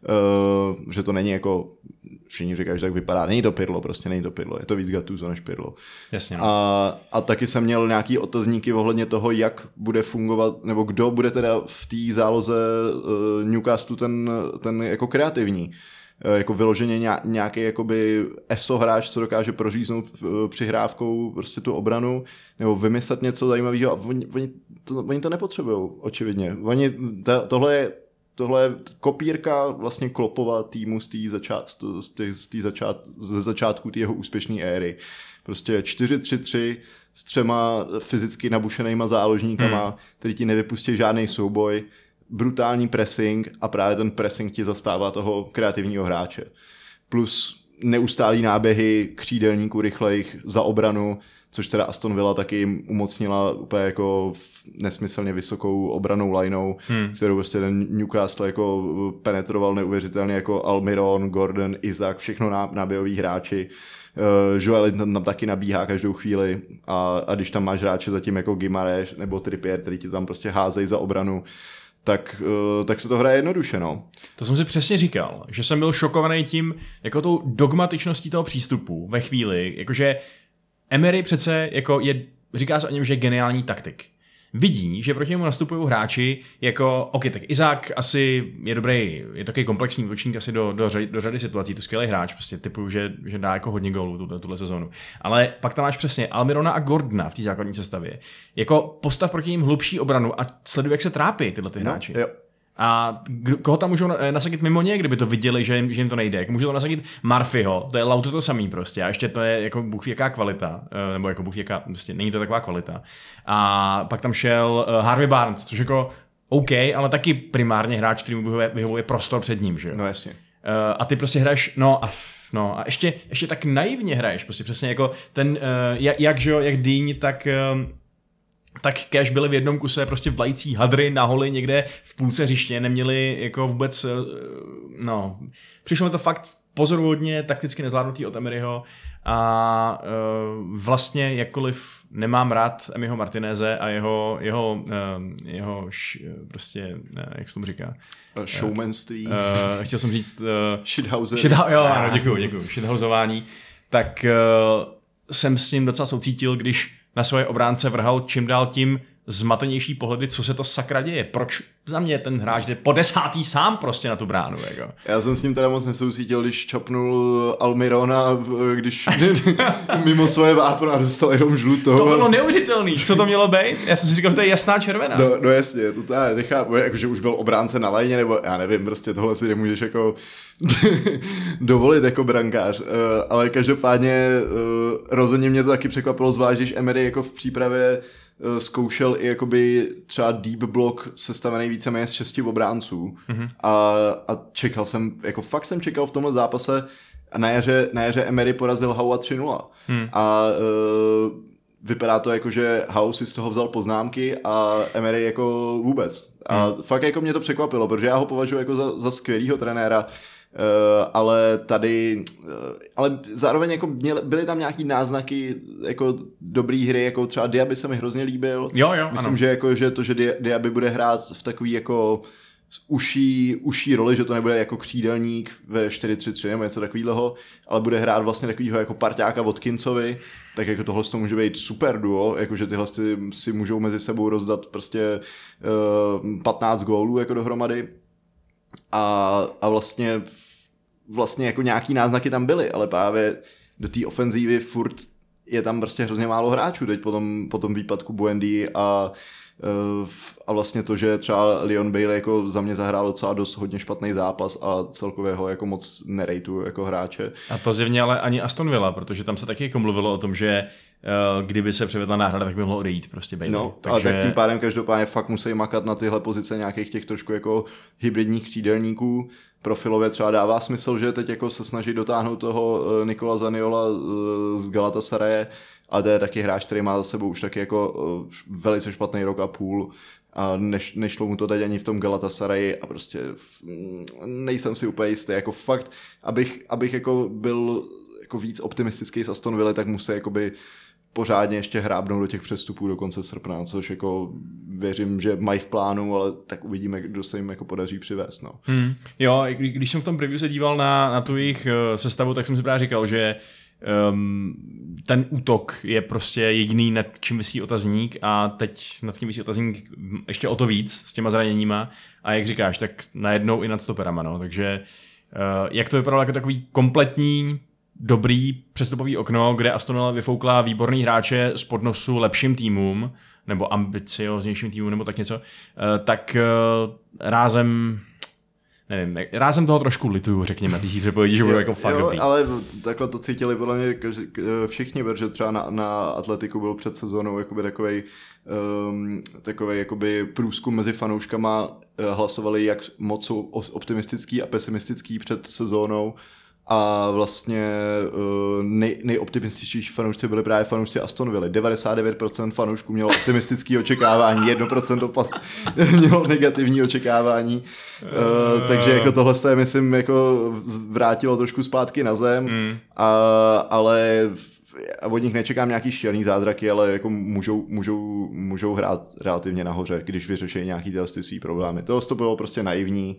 Uh, že to není jako, všichni říkají, že tak vypadá, není to Pirlo, prostě není to Pirlo, je to víc Gattuso než Pirlo. Jasně, no. a, a taky jsem měl nějaký otazníky ohledně toho, jak bude fungovat, nebo kdo bude teda v té záloze uh, Newcastle ten, ten jako kreativní. Uh, jako vyloženě nějaký jakoby eso hráč, co dokáže proříznout uh, přihrávkou prostě tu obranu, nebo vymyslet něco zajímavého a oni, oni, to, oni to nepotřebují, očividně. Oni, ta, tohle je Tohle je kopírka vlastně Kloppova týmu z té začát, z té začát, ze začátku té jeho úspěšné éry. Prostě čtyři tři tři s třema fyzicky nabušenýma záložníkama, hmm. který ti nevypustí žádný souboj, brutální pressing a právě ten pressing ti zastává toho kreativního hráče. Plus neustálý náběhy křídelníků rychlejch za obranu, což teda Aston Villa taky jim umocnila úplně jako nesmyslně vysokou obranou lineou, hmm. kterou vlastně ten Newcastle jako penetroval neuvěřitelně, jako Almiron, Gordon, Isaac, všechno náběhoví hráči. Uh, Joel tam taky nabíhá každou chvíli a, a když tam máš hráče zatím jako Gimareš nebo Trippier, který ti tam prostě házejí za obranu, tak, uh, tak se to hraje jednoduše, no. To jsem si přesně říkal, že jsem byl šokovaný tím, jako tou dogmatičností toho přístupu ve chvíli, jakože Emery přece jako je, říká se o něm, že je geniální taktik. Vidí, že proti němu nastupují hráči jako, ok, tak Izák asi je dobrý, je takový komplexní útočník asi do, do, řady, do řady situací, to je skvělý hráč, prostě typu, že, že dá jako hodně gólů tuhle, tuhle sezónu. Ale pak tam máš přesně Almirona a Gordona v té základní sestavě. Jako postav proti ním hlubší obranu a sleduj, jak se trápí tyhle ty hráči. No, jo. A koho tam můžou nasadit mimo ně, kdyby to viděli, že jim, že jim to nejde. Jako můžou tam nasadit Murphyho, to je lauto to samý prostě. A ještě to je jako bůh ví jaká kvalita, nebo jako bůh ví jaká, prostě není to taková kvalita. A pak tam šel Harvey Barnes, což jako OK, ale taky primárně hráč, který mu vyhovuje, vyhovuje prostor před ním, že jo. No jasně. A ty prostě hraješ, no a no a ještě, ještě tak naivně hraješ, prostě přesně jako ten, jak, jak, že jo, jak Dean, tak tak Cash byli v jednom kuse prostě vlající hadry na holi někde v půlce hřiště, neměli jako vůbec, no, přišlo mi to fakt pozoruhodně takticky nezvládnutý od Emeryho a uh, vlastně jakkoliv nemám rád Emiho Martineze a jeho, jeho, uh, jeho š, prostě, uh, jak se tomu říká? Showmanství. Uh, chtěl jsem říct... Uh, Shithouser. Shit, jo, ano, děkuju, děkuju. Shithouzování. Tak uh, jsem s ním docela soucítil, když na svoje obránce vrhal čím dál tím zmatenější pohledy, co se to sakra děje. Proč za mě ten hráč jde po desátý sám prostě na tu bránu. Jako. Já jsem s ním teda moc nesoucítil, když čapnul Almirona, když mimo svoje vápna dostal jenom žlutou. To bylo neuvěřitelný. Co to mělo být? Já jsem si říkal, že to je jasná červená. No, no jasně, to já nechápu, jakože už byl obránce na lajně, nebo já nevím, prostě tohle si nemůžeš jako dovolit jako brankář. Uh, ale každopádně uh, rozhodně mě to taky překvapilo, zvlášť když Emery jako v přípravě zkoušel i jakoby třeba deep block sestavený víceméně z šesti obránců mm-hmm. a, a čekal jsem, jako fakt jsem čekal v tomhle zápase a na jaře, na jaře Emery porazil Howa tři nula mm. a uh, vypadá to jako, že Howe si z toho vzal poznámky a Emery jako vůbec. A mm. fakt jako mě to překvapilo, protože já ho považuji jako za, za skvělýho trenéra, Uh, ale tady, uh, ale zároveň jako měli, byly tam nějaký náznaky jako dobrý hry, jako třeba Diaby se mi hrozně líbil. Jo, jo, Myslím, ano. že, jako, že to, že Diaby bude hrát v takový jako uší, uší roli, že to nebude jako křídelník ve čtyři tři tři nebo něco takového, ale bude hrát vlastně takovýho jako parťáka Watkinsovi, tak jako tohle to může být super duo, jakože tyhle si, si můžou mezi sebou rozdat prostě uh, patnáct gólů jako dohromady. A, a vlastně, vlastně jako nějaký náznaky tam byly, ale právě do té ofenzívy furt je tam prostě hrozně málo hráčů teď po tom, po tom výpadku Buendy a a vlastně to, že třeba Leon Bailey jako za mě zahrál docela dost hodně špatný zápas a celkově ho jako moc nerejtuju jako hráče. A to zjevně ale ani Aston Villa, protože tam se taky jako mluvilo o tom, že uh, kdyby se převedla náhrada, tak by mohlo odejít prostě Bailey. No, takže... a tak tím pádem každopádně fakt musí makat na tyhle pozice nějakých těch trošku jako hybridních křídelníků. Profilově třeba dává smysl, že teď jako se snaží dotáhnout toho Nikola Zaniola z Galatasaraje, ale to je taky hráč, který má za sebou už taky jako velice špatný rok a půl a neš, nešlo mu to teď ani v tom Galatasaraji a prostě nejsem si úplně jistý, jako fakt, abych, abych jako byl jako víc optimistický s Aston Villa, tak musí jakoby pořádně ještě hrábnout do těch přestupů do konce srpna, což jako věřím, že mají v plánu, ale tak uvidíme, kdo se jim jako podaří přivést. No. Hmm. Jo, když jsem v tom preview se díval na, na tu jejich sestavu, tak jsem si právě říkal, že um, ten útok je prostě jediný, nad čím visí otazník a teď nad tím visí otazník ještě o to víc s těma zraněníma a jak říkáš, tak najednou i nad stoperama, no. Takže uh, jak to vypadalo jako takový kompletní dobrý přestupový okno, kde Aston Villa vyfoukla výborný hráče z podnosu lepším týmům, nebo ambicioznějším týmům, nebo tak něco, tak rázem, nevím, rázem toho trošku lituju, řekněme, ty si přepovědí, že budou jako fakt jo, dobrý. Ale takhle to cítili podle mě všichni, protože třeba na, na Atletiku byl před sezónou jakoby takovej, um, takovej jakoby průzkum mezi fanouškama, hlasovali, jak moc jsou optimistický a pesimistický před sezónou. A vlastně nej, nejoptimističtější fanoušci byli právě fanoušci Aston Villa. devadesát devět procent fanoušků mělo optimistické očekávání, jedno procento pas, mělo negativní očekávání. Uh, takže jako tohle se, myslím, jako vrátilo trošku zpátky na zem, mm. a, ale a od nich nečekám nějaký šílený zázraky, ale jako můžou, můžou, můžou hrát relativně nahoře, když vyřeší nějaký tyhle svý problémy. Tohle to bylo prostě naivní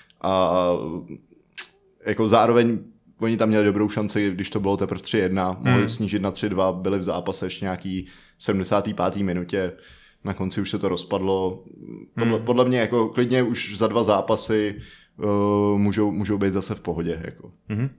a jako zároveň oni tam měli dobrou šanci, když to bylo teprve tři jedna, mohli hmm. snížit na tři dva, byli v zápase ještě nějaký sedmdesáté páté minutě, na konci už se to rozpadlo. Podle, hmm. podle mě jako klidně už za dva zápasy uh, můžou, můžou být zase v pohodě. Jako. Hmm. Uh,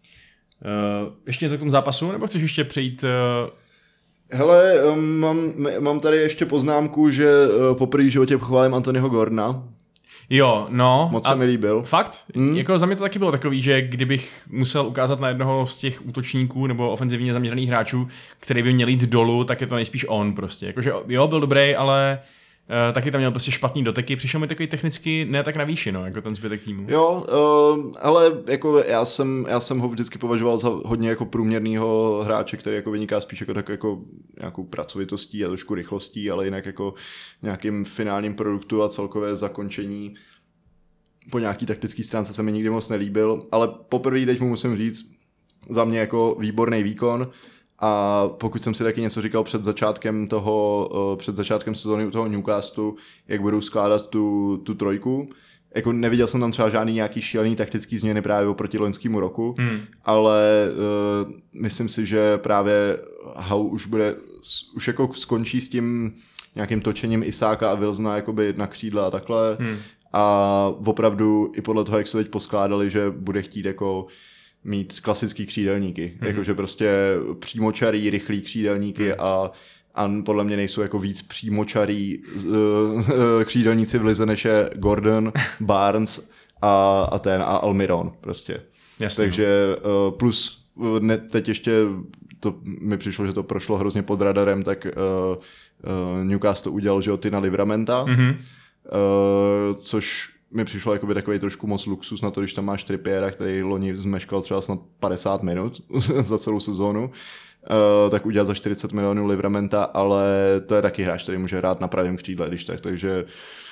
ještě něco k tomu zápasu, nebo chceš ještě přejít... Uh... Hele, um, mám, mám tady ještě poznámku, že uh, po první životě pochválím Anthonyho Gordona. Jo, no. Moc se mi líbil. Fakt? Mm. Jako za mě to taky bylo takový, že kdybych musel ukázat na jednoho z těch útočníků nebo ofenzivně zaměřených hráčů, který by měl jít dolů, tak je to nejspíš on prostě. Jakože jo, byl dobrý, ale uh, taky tam měl prostě špatný doteky. Přišel mi takový technicky ne tak na výši, no, jako ten zbytek týmu. Jo, uh, ale jako já jsem, já jsem ho vždycky považoval za hodně jako průměrného hráče, který jako vyniká spíš jako tak jako nějakou pracovitostí a trošku rychlostí, ale jinak jako nějakým finálním produktu a celkové zakončení po nějaký taktický stránce se mi nikdy moc nelíbil, ale poprvé teď mu musím říct, za mě jako výborný výkon. A pokud jsem si taky něco říkal před začátkem toho, před začátkem sezóny u toho Newcastu, jak budou skládat tu, tu trojku, jako neviděl jsem tam třeba žádný nějaký šílený taktický změny právě oproti loňskému roku, hmm. ale uh, myslím si, že právě Howe už bude, už jako skončí s tím nějakým točením Isáka a Wilsona jakoby na křídla a takhle. Hmm. A opravdu i podle toho, jak se teď poskládali, že bude chtít jako mít klasický křídelníky, mm-hmm. jakože prostě přímočarý, rychlý křídelníky mm. a, a podle mě nejsou jako víc přímočarý uh, křídelníci v lize, než je Gordon, Barnes a, a ten a Almiron prostě. Jasně. Takže uh, plus ne, teď ještě to mi přišlo, že to prošlo hrozně pod radarem, tak uh, uh, Newcastle udělal, že Tina Livramenta, mm-hmm. uh, což mi přišlo jakoby takový trošku moc luxus na to, když tam máš Trippiera, který loni zmeškal třeba snad padesát minut za celou sezónu, uh, tak udělat za čtyřicet milionů Livramenta, ale to je taky hráč, který může hrát na pravém křídle, když tak, takže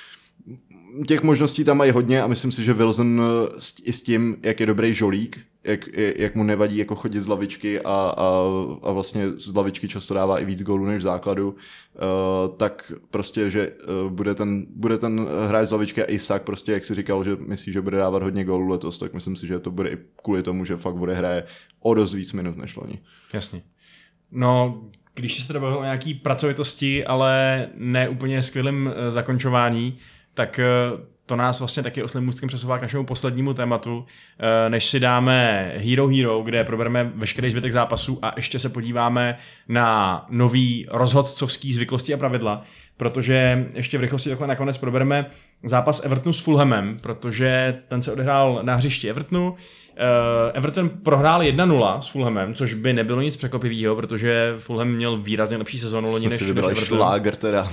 těch možností tam mají hodně a myslím si, že Wilson i s tím, jak je dobrý žolík, jak, jak mu nevadí jako chodit z lavičky a, a, a vlastně z lavičky často dává i víc gólů než v základu, uh, tak prostě, že uh, bude, ten, bude ten hráč z lavičky a Isak prostě, jak si říkal, že myslí, že bude dávat hodně gólů letos, tak myslím si, že to bude i kvůli tomu, že fakt odehraje o dost víc minut než loni. Jasně. No, když jste bavil o nějaký pracovitosti, ale ne úplně skvělým uh, zakončování, tak uh, to nás vlastně taky oslým můstkem přesouvá k našemu poslednímu tématu, než si dáme Hero Hero, kde probereme veškerý zbytek zápasů a ještě se podíváme na nový rozhodcovský zvyklosti a pravidla, protože ještě v rychlosti takhle nakonec probereme zápas Evertonu s Fulhamem, protože ten se odehrál na hřišti Evertonu. Everton prohrál jedna nula s Fulhamem, což by nebylo nic překvapivého, protože Fulham měl výrazně lepší sezónu loni než Everton. Šláger teda.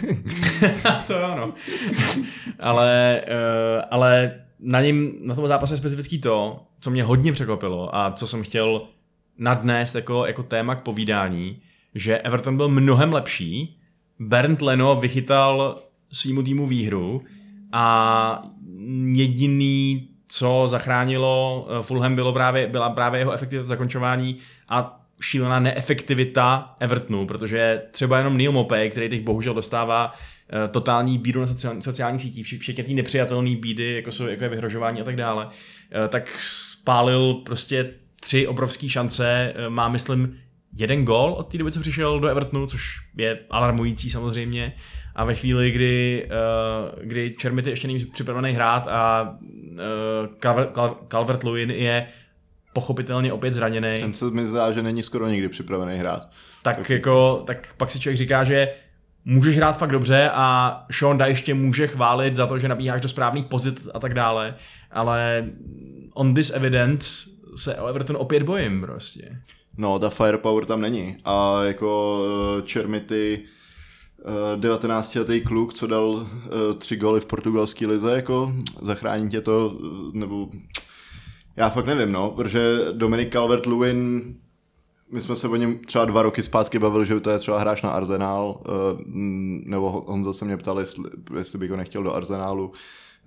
To ano. ale, ale na něm, na tom zápase je specifický to, co mě hodně překvapilo a co jsem chtěl nadnést jako, jako téma k povídání, že Everton byl mnohem lepší, Bernd Leno vychytal svýmu týmu výhru a jediný, co zachránilo Fulham, bylo právě, byla právě jeho efektivita zakončování a šílená neefektivita Evertonu, protože třeba jenom Neil Maupay, který teď bohužel dostává totální bídu na sociální, sociální sítí, všechny ty nepřijatelné bídy, jako, jsou, jako je vyhrožování a tak dále, tak spálil prostě tři obrovské šance, má myslím jeden gól od té doby, co přišel do Evertonu, což je alarmující samozřejmě. A ve chvíli, kdy, uh, kdy Chermity ještě není připravený hrát a uh, Calvert-Lewin je pochopitelně opět zraněný. Ten se mi zdá, že není skoro nikdy připravený hrát. Tak, tak, jako, tak pak si člověk říká, že můžeš hrát fakt dobře a Sean Dyche ještě může chválit za to, že nabíháš do správných pozic a tak dále, ale on this evidence se o Everton opět bojím prostě. No, ta firepower tam není a jako uh, Chermity devatenáctiletý kluk, co dal uh, tři góly v portugalské lize, jako zachrání tě to, nebo já fakt nevím, no, protože Dominic Calvert-Lewin, my jsme se o něm třeba dva roky zpátky bavili, že to je třeba hráč na Arsenal, uh, nebo Honza se mě ptal, jestli, jestli bych ho nechtěl do Arsenalu, uh,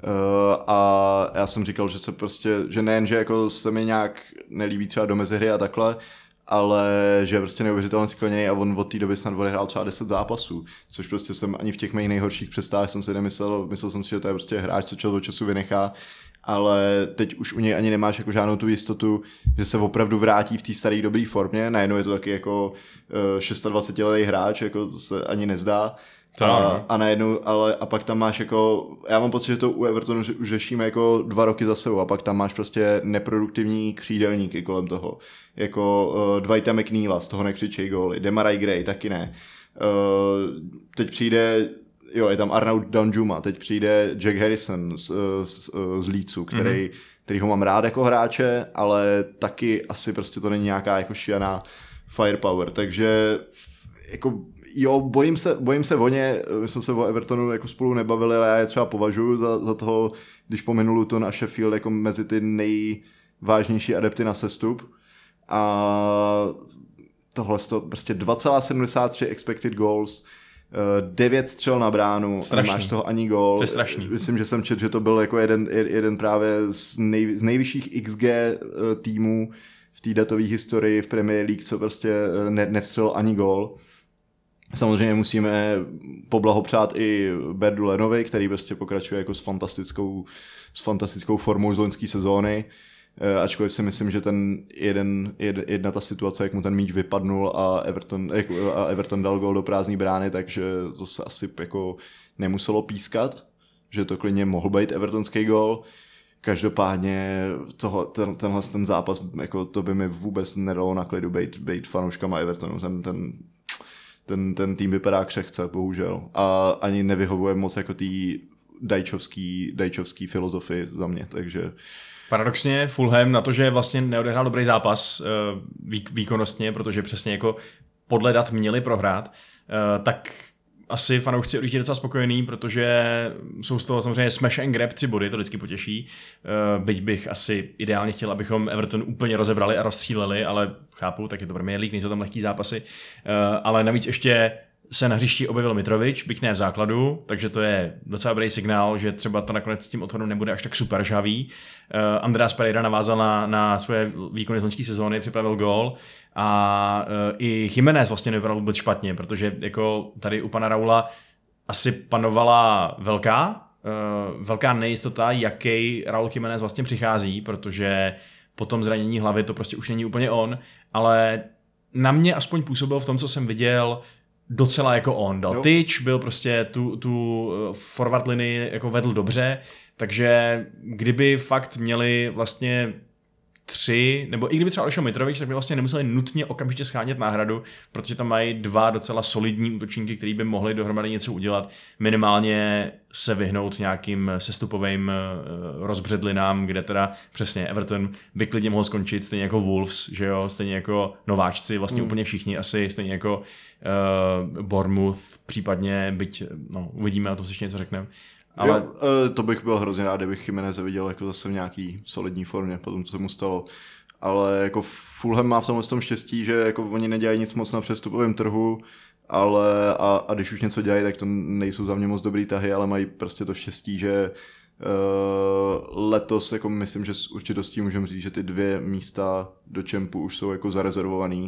a já jsem říkal, že se prostě, že nejen, že jako se mi nějak nelíbí třeba do mezihry a takhle, ale že je prostě neuvěřitelně skleněný a on od té doby snad odehrál třeba deset zápasů, což prostě jsem ani v těch mých nejhorších představách jsem si nemyslel, myslel jsem si, že to je prostě hráč, co čas od času vynechá, ale teď už u něj ani nemáš jako žádnou tu jistotu, že se opravdu vrátí v té staré dobré formě, najednou je to taky jako uh, dvacetišestiletý hráč, jako to se ani nezdá. A, a najednou, ale a pak tam máš jako, já mám pocit, že to u Evertonu už řešíme jako dva roky za sebou a pak tam máš prostě neproduktivní křídelníky kolem toho. Jako uh, Dwighta McNeila, z toho nekřičej góly, Demarai Gray, taky ne. Uh, teď přijde, jo, je tam Arnaud Danjuma, teď přijde Jack Harrison z, z, z Leedsu, který, mm-hmm. který ho mám rád jako hráče, ale taky asi prostě to není nějaká jako šianá firepower, takže jako jo, bojím se, bojím se o ně, my jsme se o Evertonu jako spolu nebavili, ale já je třeba považuji za, za toho, když pominu Luton a Sheffield jako mezi ty nejvážnější adepty na sestup. A tohle to prostě dva celá sedmdesát tři expected goals, devět střel na bránu, strašný. A nemáš toho ani gól. To je strašný. Myslím, že jsem četl, že to byl jako jeden, jeden právě z, nej, z nejvyšších X G týmů v té datové historii v Premier League, co prostě ne, nevstřelil ani gól. Samozřejmě musíme poblahopřát i Berdu Lenovi, který prostě pokračuje jako s fantastickou, s fantastickou formou z loňské sezóny. Ačkoliv si myslím, že ten jeden, jedna ta situace, jak mu ten míč vypadnul a Everton, a Everton dal gól do prázdné brány, takže to se asi jako nemuselo pískat, že to klidně mohl být evertonský gól. Každopádně toho, ten, tenhle ten zápas, jako to by mi vůbec nedalo na klidu být, být fanouškama Evertonu. Ten, ten, ten, ten tým vypadá křehce, bohužel. A ani nevyhovuje moc jako tý dajčovský, dajčovský filozofii za mě, takže... Paradoxně Fulham na to, že vlastně neodehrál dobrý zápas výkonnostně, protože přesně jako podle dat měli prohrát, tak asi fanoušci odjíždí docela spokojený, protože jsou z toho samozřejmě smash and grab tři body, to vždycky potěší. Byť bych asi ideálně chtěl, abychom Everton úplně rozebrali a rozstříleli, ale chápu, tak je to Premier League, nejsou tam lehký zápasy. Ale navíc ještě se na hřišti objevil Mitrovič, byť ne v základu, takže to je docela dobrý signál, že třeba to nakonec s tím odchodem nebude až tak super žavý. Uh, Andreas Pereira navázal na, na svoje výkony z loňské sezóny, připravil gól a uh, i Jiménez vlastně nevypadal vůbec špatně, protože jako tady u pana Raula asi panovala velká, uh, velká nejistota, jaký Raul Jiménez vlastně přichází, protože po tom zranění hlavy to prostě už není úplně on, ale na mě aspoň působil v tom, co jsem viděl, docela jako on. Dal jo. tyč, byl prostě tu, tu forward linii jako vedl dobře, takže kdyby fakt měli vlastně tři, nebo i kdyby třeba Alešo Mitrovič, tak by vlastně nemuseli nutně okamžitě schánět náhradu, protože tam mají dva docela solidní útočníky, který by mohli dohromady něco udělat, minimálně se vyhnout nějakým sestupovým rozbředlinám, kde teda přesně Everton by klidně mohl skončit, stejně jako Wolves, že jo, stejně jako nováčci, vlastně mm. úplně všichni asi, stejně jako uh, Bournemouth, případně, byť, no, uvidíme, o tom si ještě něco řekneme. Ale... Jo, to bych byl hrozně rád, kdybych Jiméneze viděl jako zase v nějaký solidní formě po tom, co se mu stalo. Ale jako Fulham má v tomhle tom štěstí, že jako oni nedělají nic moc na přestupovém trhu, ale a, a když už něco dělají, tak to nejsou za mě moc dobrý tahy, ale mají prostě to štěstí, že uh, letos jako myslím, že s určitostí můžeme říct, že ty dvě místa do čempu už jsou jako zarezervovaný.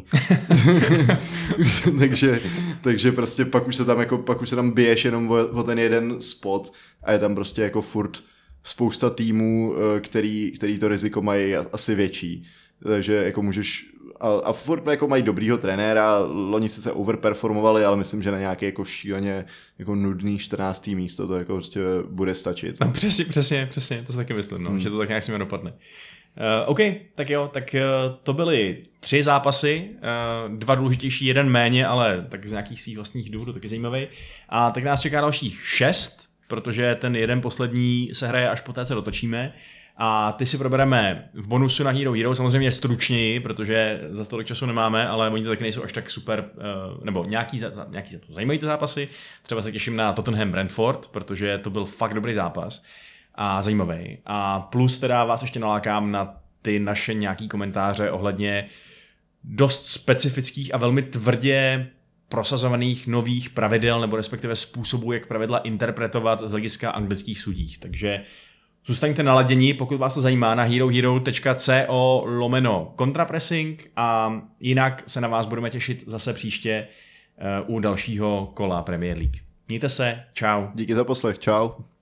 takže, takže prostě pak už se tam jako pak už se tam biješ jenom o, o ten jeden spot a je tam prostě jako furt spousta týmů, který, který to riziko mají asi větší. Takže jako můžeš a, a furt jako mají dobrýho trenéra, loni se se overperformovali, ale myslím, že na nějaké jako šíleně jako nudný čtrnácté místo to jako prostě bude stačit. No, přesně, přesně, přesně, to si taky myslím, no, hmm. že to tak nějak s nimi dopadne. Uh, OK, tak jo, tak uh, to byly tři zápasy, uh, dva důležitější, jeden méně, ale tak z nějakých svých vlastních důvodů, taky zajímavý. A tak nás čeká dalších šest, protože ten jeden poslední se hraje až poté, co dotočíme. A ty si probereme v bonusu na Hero Hero, samozřejmě stručněji, protože za tolik času nemáme, ale oni to taky nejsou až tak super, nebo nějaký, nějaký zajímavé zápasy. Třeba se těším na Tottenham Brentford, protože to byl fakt dobrý zápas a zajímavý. A plus teda vás ještě nalákám na ty naše nějaký komentáře ohledně dost specifických a velmi tvrdě prosazovaných nových pravidel, nebo respektive způsobů, jak pravidla interpretovat z hlediska anglických sudích. Takže zůstaňte naladěni, pokud vás to zajímá, na herohero.co lomeno kontrapressing a jinak se na vás budeme těšit zase příště u dalšího kola Premier League. Mějte se, čau. Díky za poslech, čau.